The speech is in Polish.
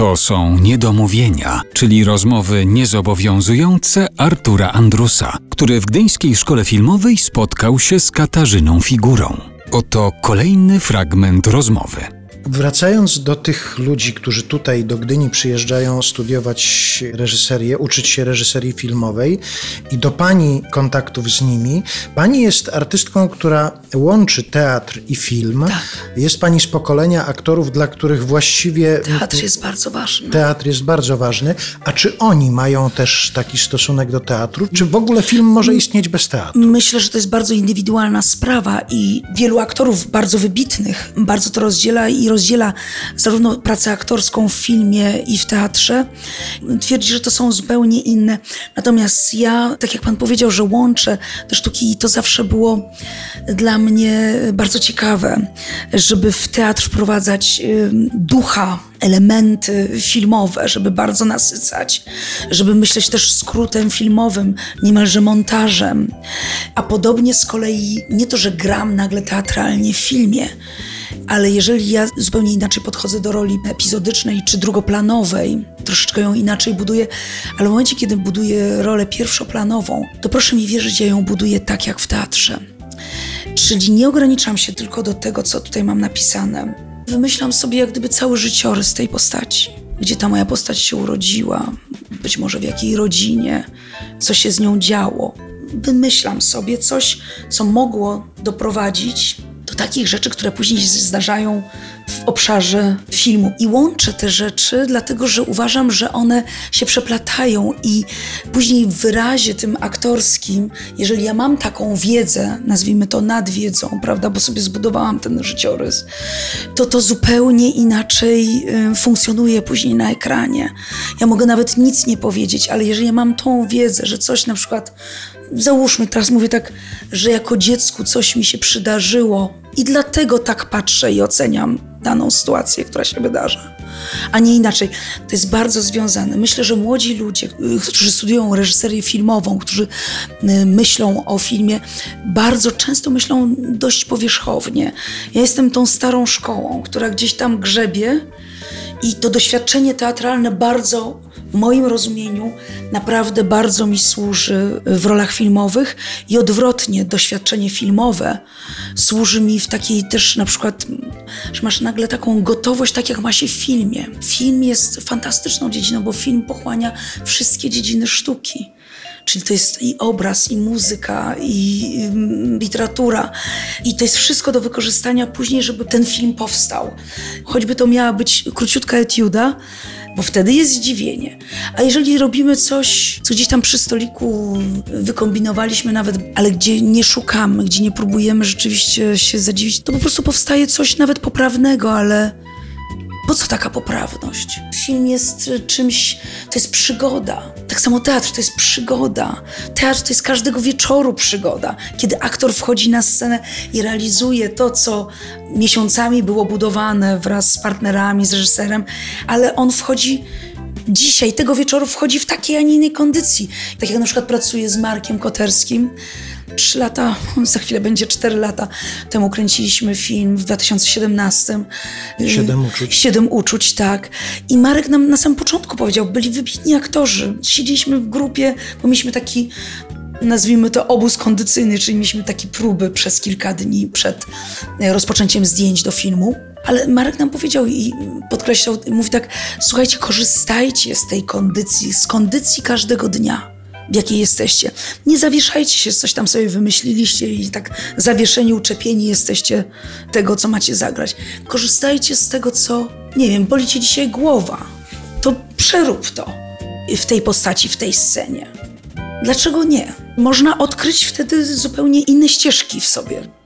To są niedomówienia, czyli rozmowy niezobowiązujące Artura Andrusa, który w Gdyńskiej Szkole Filmowej spotkał się z Katarzyną Figurą. Oto kolejny fragment rozmowy. Wracając do tych ludzi, którzy tutaj do Gdyni przyjeżdżają studiować reżyserię, uczyć się reżyserii filmowej i do pani kontaktów z nimi, pani jest artystką, która łączy teatr i film. Tak. Jest pani z pokolenia aktorów, dla których właściwie Teatr jest bardzo ważny. Teatr jest bardzo ważny. A czy oni mają też taki stosunek do teatru? Czy w ogóle film może istnieć bez teatru? Myślę, że to jest bardzo indywidualna sprawa i wielu aktorów bardzo wybitnych bardzo to rozdziela zarówno pracę aktorską w filmie i w teatrze. Twierdzi, że to są zupełnie inne. Natomiast ja, tak jak pan powiedział, że łączę te sztuki i to zawsze było dla mnie bardzo ciekawe, żeby w teatr wprowadzać ducha, elementy filmowe, żeby bardzo nasycać, żeby myśleć też skrótem filmowym, niemalże montażem. A podobnie z kolei nie to, że gram nagle teatralnie w filmie, ale jeżeli ja zupełnie inaczej podchodzę do roli epizodycznej czy drugoplanowej, troszeczkę ją inaczej buduję, ale w momencie, kiedy buduję rolę pierwszoplanową, to proszę mi wierzyć, ja ją buduję tak jak w teatrze. Czyli nie ograniczam się tylko do tego, co tutaj mam napisane. Wymyślam sobie jak gdyby cały życiorys tej postaci. Gdzie ta moja postać się urodziła, być może w jakiej rodzinie, co się z nią działo. Wymyślam sobie coś, co mogło doprowadzić do takich rzeczy, które później się zdarzają w obszarze filmu. I łączę te rzeczy, dlatego że uważam, że one się przeplatają i później w wyrazie tym aktorskim, jeżeli ja mam taką wiedzę, nazwijmy to nadwiedzą, prawda, bo sobie zbudowałam ten życiorys, to zupełnie inaczej funkcjonuje później na ekranie. Ja mogę nawet nic nie powiedzieć, ale jeżeli ja mam tą wiedzę, że coś na przykład, załóżmy, teraz mówię tak, że jako dziecku coś mi się przydarzyło i dlatego tak patrzę i oceniam daną sytuację, która się wydarza, a nie inaczej. To jest bardzo związane. Myślę, że młodzi ludzie, którzy studiują reżyserię filmową, którzy myślą o filmie, bardzo często myślą dość powierzchownie. Ja jestem tą starą szkołą, która gdzieś tam grzebie i to doświadczenie teatralne bardzo, w moim rozumieniu, naprawdę bardzo mi służy w rolach filmowych i odwrotnie, doświadczenie filmowe służy mi w takiej też na przykład, że masz nagle taką gotowość, tak jak ma się w filmie. Film jest fantastyczną dziedziną, bo film pochłania wszystkie dziedziny sztuki. Czyli to jest i obraz, i muzyka, i literatura. I to jest wszystko do wykorzystania później, żeby ten film powstał. Choćby to miała być króciutka etiuda, bo wtedy jest zdziwienie. A jeżeli robimy coś, co gdzieś tam przy stoliku wykombinowaliśmy nawet, ale gdzie nie szukamy, gdzie nie próbujemy rzeczywiście się zadziwić, to po prostu powstaje coś nawet poprawnego, ale po co taka poprawność? Film jest czymś, to jest przygoda. Tak samo teatr to jest przygoda. Teatr to jest każdego wieczoru przygoda. Kiedy aktor wchodzi na scenę i realizuje to, co miesiącami było budowane wraz z partnerami, z reżyserem, ale on wchodzi dzisiaj, tego wieczoru wchodzi w takiej, a nie innej kondycji. Tak jak na przykład pracuję z Markiem Koterskim. 3 lata, za chwilę będzie 4 lata temu kręciliśmy film w 2017. 7 uczuć. 7 uczuć, tak. I Marek nam na samym początku powiedział, byli wybitni aktorzy. Siedzieliśmy w grupie, bo mieliśmy taki, nazwijmy to, obóz kondycyjny, czyli mieliśmy takie próby przez kilka dni przed rozpoczęciem zdjęć do filmu. Ale Marek nam powiedział i podkreślał, mówi tak, słuchajcie, korzystajcie z tej kondycji, z kondycji każdego dnia, w jakiej jesteście. Nie zawieszajcie się, coś tam sobie wymyśliliście i tak zawieszeni, uczepieni jesteście tego, co macie zagrać. Korzystajcie z tego, co, nie wiem, boli cię dzisiaj głowa. To przerób to w tej postaci, w tej scenie. Dlaczego nie? Można odkryć wtedy zupełnie inne ścieżki w sobie.